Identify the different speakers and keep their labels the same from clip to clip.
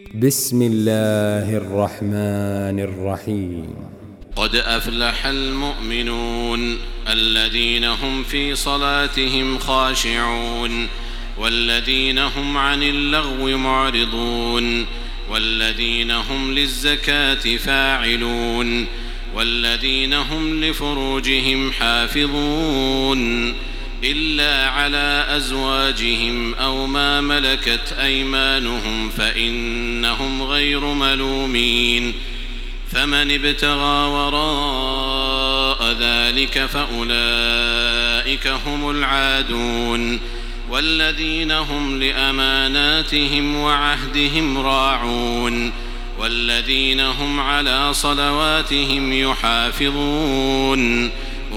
Speaker 1: بسم الله الرحمن الرحيم.
Speaker 2: قد أفلح المؤمنون الذين هم في صلاتهم خاشعون والذين هم عن اللغو معرضون والذين هم للزكاة فاعلون والذين هم لفروجهم حافظون إلا على أزواجهم أو ما ملكت أيمانهم فإنهم غير ملومين. فمن ابتغى وراء ذلك فأولئك هم العادون والذين هم لأماناتهم وعهدهم راعون والذين هم على صلواتهم يحافظون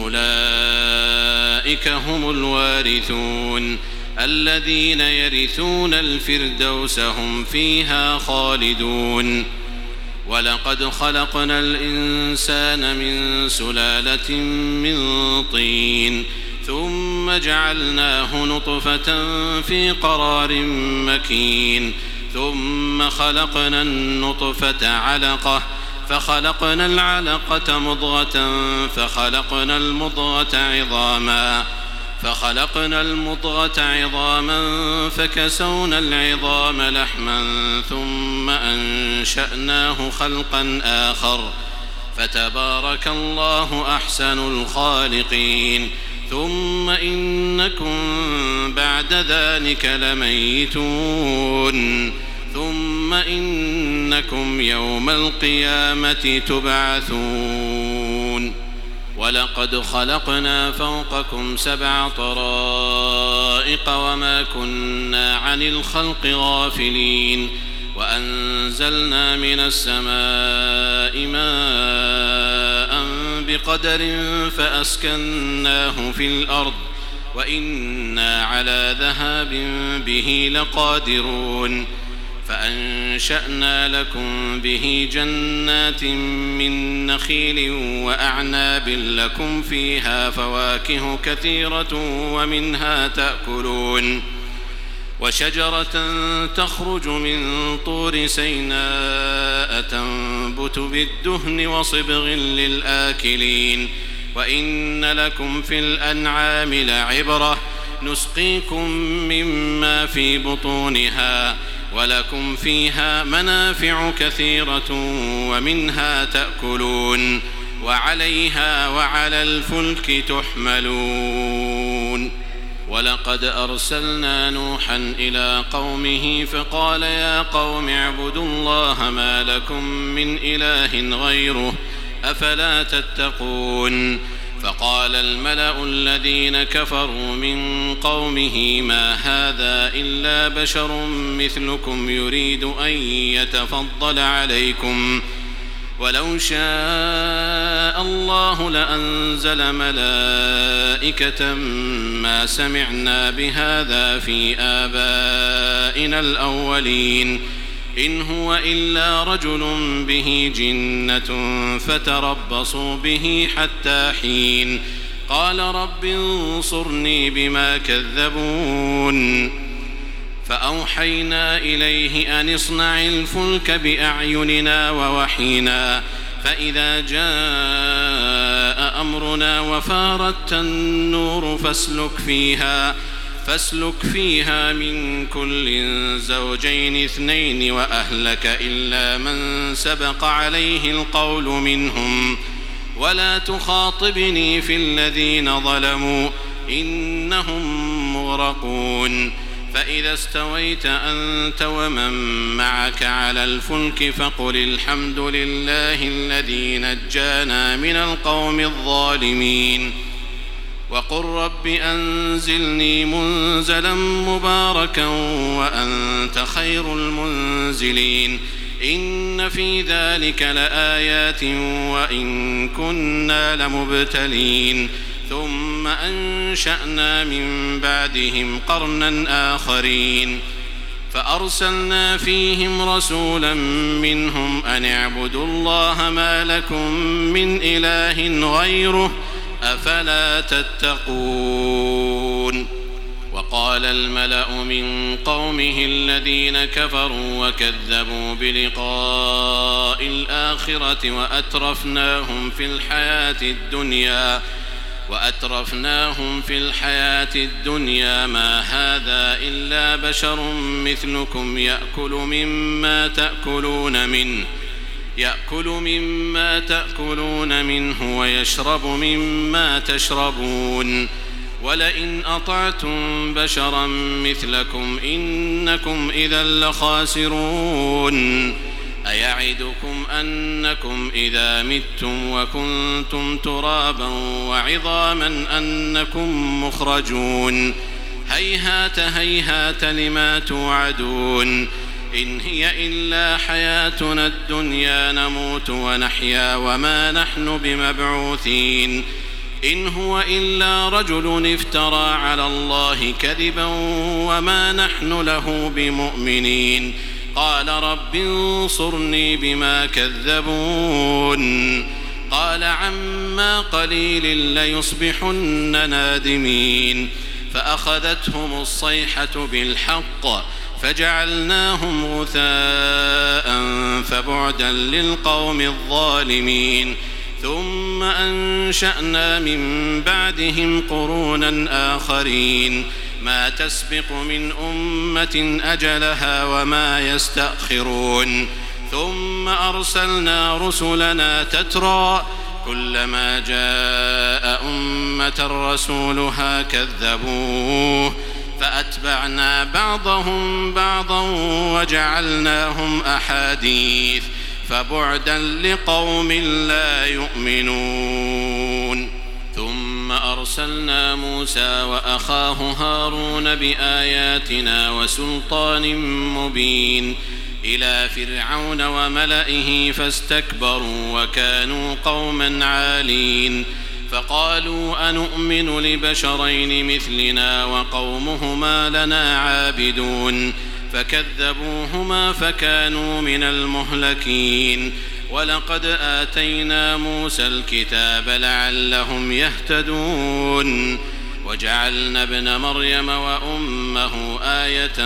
Speaker 2: أولئك هم الوارثون الذين يرثون الفردوس هم فيها خالدون. ولقد خلقنا الإنسان من سلالة من طين ثم جعلناه نطفة في قرار مكين ثم خلقنا النطفة علقة فخلقنا العلقة مضغة فخلقنا المضغة عظاما فكسونا العظام لحما ثم أنشأناه خلقا آخر فتبارك الله أحسن الخالقين. ثم إنكم بعد ذلك لميتون ثم إنكم يوم القيامة تبعثون. ولقد خلقنا فوقكم 7 طرائق وما كنا عن الخلق غافلين وأنزلنا من السماء ماء بقدر فأسكناه في الأرض وإنا على ذهاب به لقادرون. فأنشأنا لكم به جنات من نخيل وأعناب لكم فيها فواكه كثيرة ومنها تأكلون وشجرة تخرج من طور سيناء تنبت بالدهن وصبغ للآكلين. وإن لكم في الأنعام لعبرة نسقيكم مما في بطونها ولكم فيها منافع كثيرة ومنها تأكلون وعليها وعلى الفلك تحملون. ولقد أرسلنا نوحا إلى قومه فقال يا قوم اعبدوا الله ما لكم من إله غيره أفلا تتقون. فقال الملأ الذين كفروا من قومه ما هذا إلا بشر مثلكم يريد أن يتفضل عليكم ولو شاء الله لأنزل ملائكة ما سمعنا بهذا في آبائنا الأولين إن هو إلا رجل به جنة فتربصوا به حتى حين. قال رب انصرني بما كذبون. فأوحينا إليه أن اصنع الفلك بأعيننا ووحينا فإذا جاء أمرنا وفارت النور فاسلك فيها من كل زوجين 2 وأهلك إلا من سبق عليه القول منهم ولا تخاطبني في الذين ظلموا إنهم مغرقون. فإذا استويت أنت ومن معك على الفلك فقل الحمد لله الذي نجانا من القوم الظالمين وقل رب أنزلني منزلا مباركا وأنت خير المنزلين. إن في ذلك لآيات وإن كنا لمبتلين. ثم أنشأنا من بعدهم قرنا آخرين فأرسلنا فيهم رسولا منهم أن اعبدوا الله ما لكم من إله غيره أفلا تتقون. قال الملأ من قومه الذين كفروا وكذبوا بلقاء الآخرة وأترفناهم في الحياة الدنيا ما هذا إلا بشر مثلكم يأكل مما تأكلون منه ويشرب مما تشربون ولئن أطعتم بشرا مثلكم إنكم إذا لخاسرون أيعدكم أنكم إذا متم وكنتم ترابا وعظاما أنكم مخرجون هيهات هيهات لما توعدون إن هي إلا حياتنا الدنيا نموت ونحيا وما نحن بمبعوثين إن هو إلا رجل افترى على الله كذبا وما نحن له بمؤمنين قال رب انصرني بما كذبون قال عما قليل ليصبحن نادمين فأخذتهم الصيحة بالحق فجعلناهم غثاء فبعدا للقوم الظالمين ثم أنشأنا من بعدهم قرونا آخرين ما تسبق من أمة أجلها وما يستأخرون ثم أرسلنا رسلنا تترى كلما جاء أمة رسولها كذبوه فأتبعنا بعضهم بعضا وجعلناهم أحاديث فبعدا لقوم لا يؤمنون ثم أرسلنا موسى وأخاه هارون بآياتنا وسلطان مبين إلى فرعون وملئه فاستكبروا وكانوا قوما عالين فقالوا أنؤمن لبشرين مثلنا وقومهما لنا عابدون فكذبوهما فكانوا من المهلكين ولقد آتينا موسى الكتاب لعلهم يهتدون وجعلنا ابن مريم وأمه آية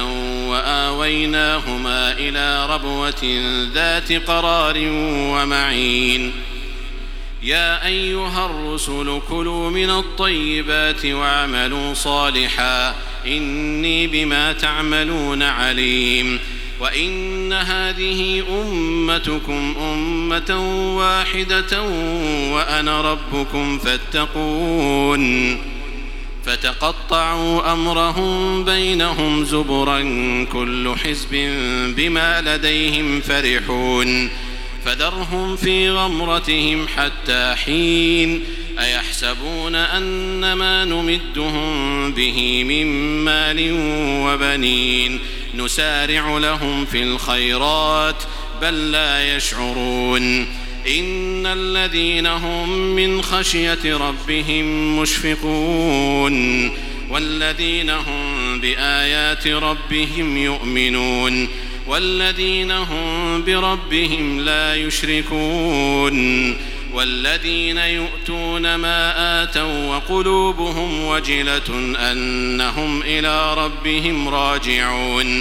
Speaker 2: وآويناهما إلى ربوة ذات قرار ومعين يا أيها الرسل كلوا من الطيبات واعملوا صالحا إني بما تعملون عليم وإن هذه أمتكم أمة واحدة وأنا ربكم فاتقون فتقطعوا أمرهم بينهم زبرا كل حزب بما لديهم فرحون فذرهم في غمرتهم حتى حين أيحسبون أن ما نمدهم به من مال وبنين نسارع لهم في الخيرات بل لا يشعرون إن الذين هم من خشية ربهم مشفقون والذين هم بآيات ربهم يؤمنون والذين هم بربهم لا يشركون والذين يؤتون ما آتوا وقلوبهم وجلة أنهم إلى ربهم راجعون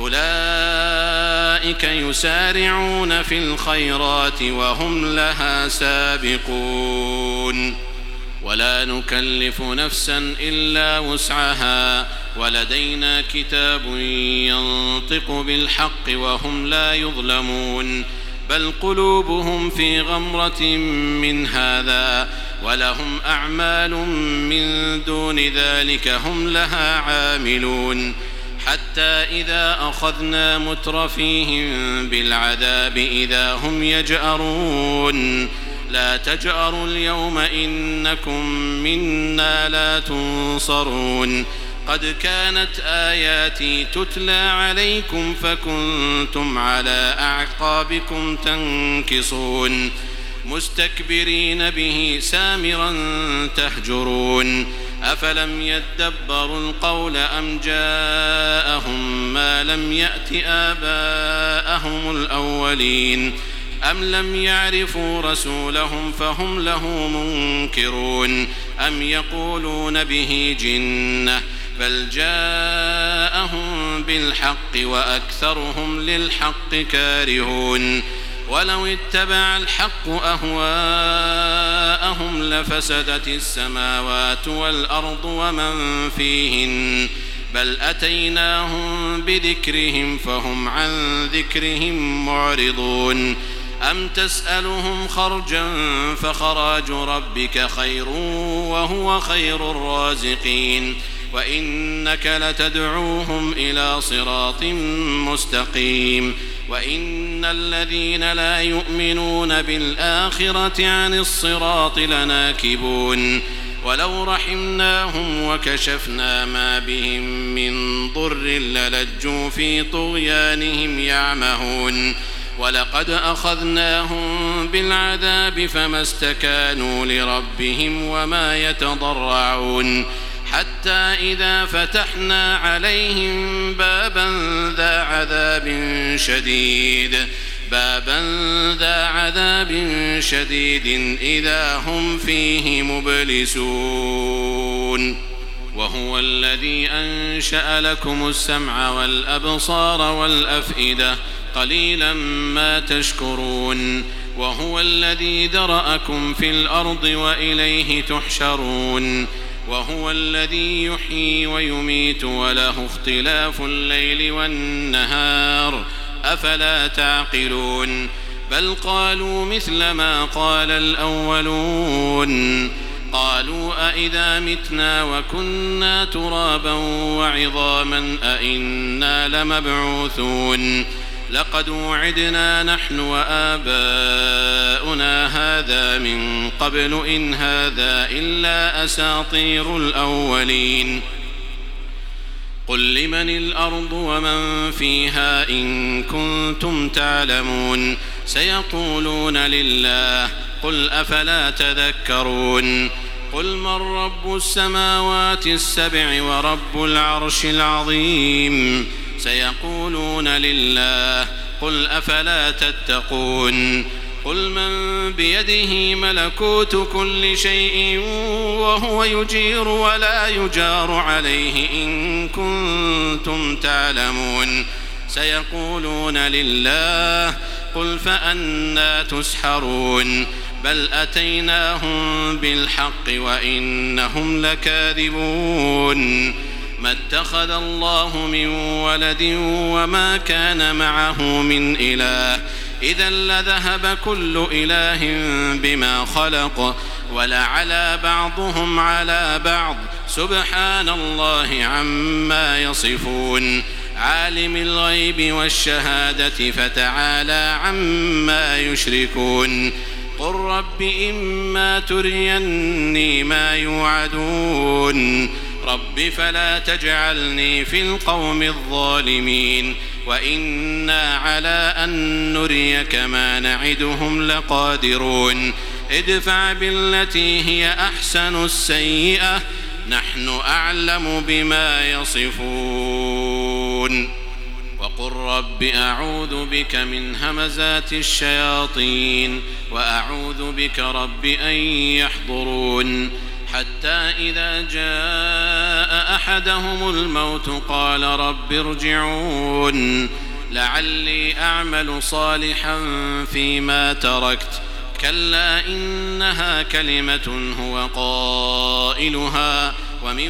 Speaker 2: أولئك يسارعون في الخيرات وهم لها سابقون ولا نكلف نفسا إلا وسعها ولدينا كتاب ينطق بالحق وهم لا يظلمون بل قلوبهم في غمرة من هذا ولهم أعمال من دون ذلك هم لها عاملون حتى إذا أخذنا مترفيهم بالعذاب إذا هم يجأرون لا تجأروا اليوم إنكم منا لا تنصرون قد كانت آياتي تتلى عليكم فكنتم على أعقابكم تنكصون مستكبرين به سامرا تهجرون أفلم يدبروا القول أم جاءهم ما لم يأت آباءهم الأولين أم لم يعرفوا رسولهم فهم له منكرون أم يقولون به جنة بل جاءهم بالحق وأكثرهم للحق كارهون ولو اتبع الحق أهواءهم لفسدت السماوات والأرض ومن فيهن بل أتيناهم بذكرهم فهم عن ذكرهم معرضون أم تسألهم خرجا فخراج ربك خير وهو خير الرازقين وإنك لتدعوهم إلى صراط مستقيم وإن الذين لا يؤمنون بالآخرة عن الصراط لناكبون ولو رحمناهم وكشفنا ما بهم من ضر للجوا في طغيانهم يعمهون ولقد أخذناهم بالعذاب فما استكانوا لربهم وما يتضرعون حتى إذا فتحنا عليهم بابا ذا عذاب شديد إذا هم فيه مبلسون وهو الذي أنشأ لكم السمع والأبصار والأفئدة قليلا ما تشكرون وهو الذي ذرأكم في الأرض وإليه تحشرون وهو الذي يحيي ويميت وله اختلاف الليل والنهار أفلا تعقلون بل قالوا مثل ما قال الأولون قالوا أئذا متنا وكنا ترابا وعظاما أئنا لمبعوثون لقد وعدنا نحن وآباؤنا هذا من قبل إن هذا إلا أساطير الأولين قل لمن الأرض ومن فيها إن كنتم تعلمون سيقولون لله قل أفلا تذكرون قل من رب السماوات السبع ورب العرش العظيم سيقولون لله قل أفلا تتقون قل من بيده ملكوت كل شيء وهو يجير ولا يجار عليه إن كنتم تعلمون سيقولون لله قل فأنى تسحرون بل أتيناهم بالحق وإنهم لكاذبون ما اتخذ الله من ولد وما كان معه من إله إذا لذهب كل إله بما خلق ولعلى بعضهم على بعض سبحان الله عما يصفون عالم الغيب والشهادة فتعالى عما يشركون قل رب إما تريني ما يوعدون رب فلا تجعلني في القوم الظالمين وإنا على أن نريك ما نعدهم لقادرون ادفع بالتي هي أحسن السيئة نحن أعلم بما يصفون وقل رب أعوذ بك من همزات الشياطين وأعوذ بك رب أن يحضرون حتى إذا جاء أحدهم الموت قال رب ارجعون لعلي أعمل صالحا فيما تركت كلا إنها كلمة هو قائلها ومن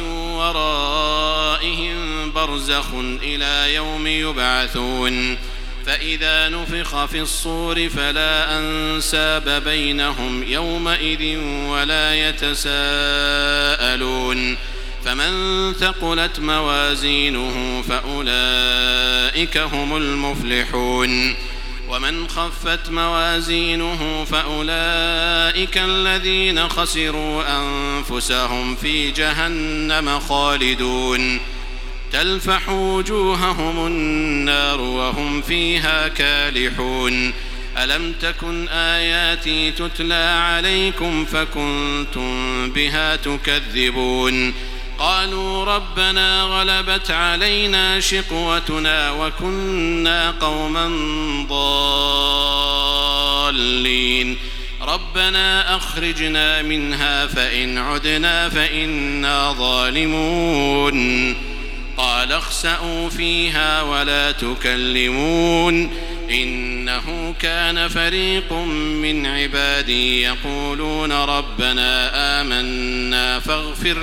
Speaker 2: ورائهم برزخ إلى يوم يبعثون فإذا نفخ في الصور فلا أنساب بينهم يومئذ ولا يتساءلون فمن ثقلت موازينه فأولئك هم المفلحون ومن خفت موازينه فأولئك الذين خسروا أنفسهم في جهنم خالدون تلفح وجوههم النار وهم فيها كالحون ألم تكن آياتي تتلى عليكم فكنتم بها تكذبون قالوا ربنا غلبت علينا شقوتنا وكنا قوما ضالين ربنا أخرجنا منها فإن عدنا فإنا ظالمون قال اخسئوا فيها ولا تكلمون إنه كان فريق من عبادي يقولون ربنا آمنا فاغفر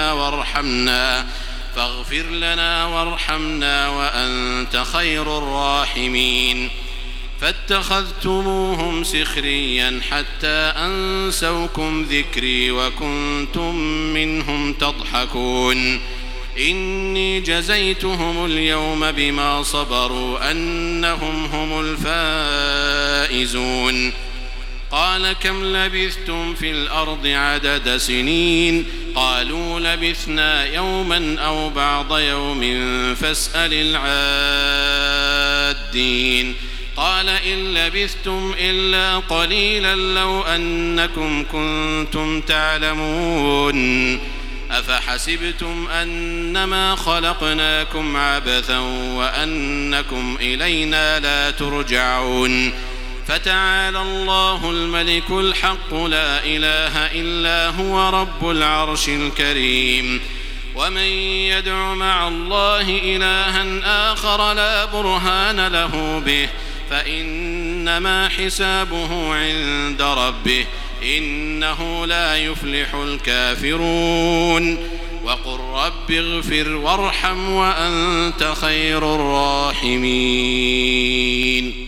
Speaker 2: لنا وارحمنا وأنت خير الراحمين فاتخذتموهم سخريا حتى أنسوكم ذكري وكنتم منهم تضحكون إني جزيتهم اليوم بما صبروا أنهم هم الفائزون قال كم لبثتم في الأرض عدد سنين قالوا لبثنا يوما أو بعض يوم فاسأل العادين قال إن لبثتم إلا قليلا لو أنكم كنتم تعلمون أفحسبتم أنما خلقناكم عبثا وأنكم إلينا لا ترجعون فتعالى الله الملك الحق لا إله إلا هو رب العرش الكريم ومن يدع مع الله إلها آخر لا برهان له به فإنما حسابه عند ربه إنه لا يفلح الكافرون وقل رب اغفر وارحم وأنت خير الراحمين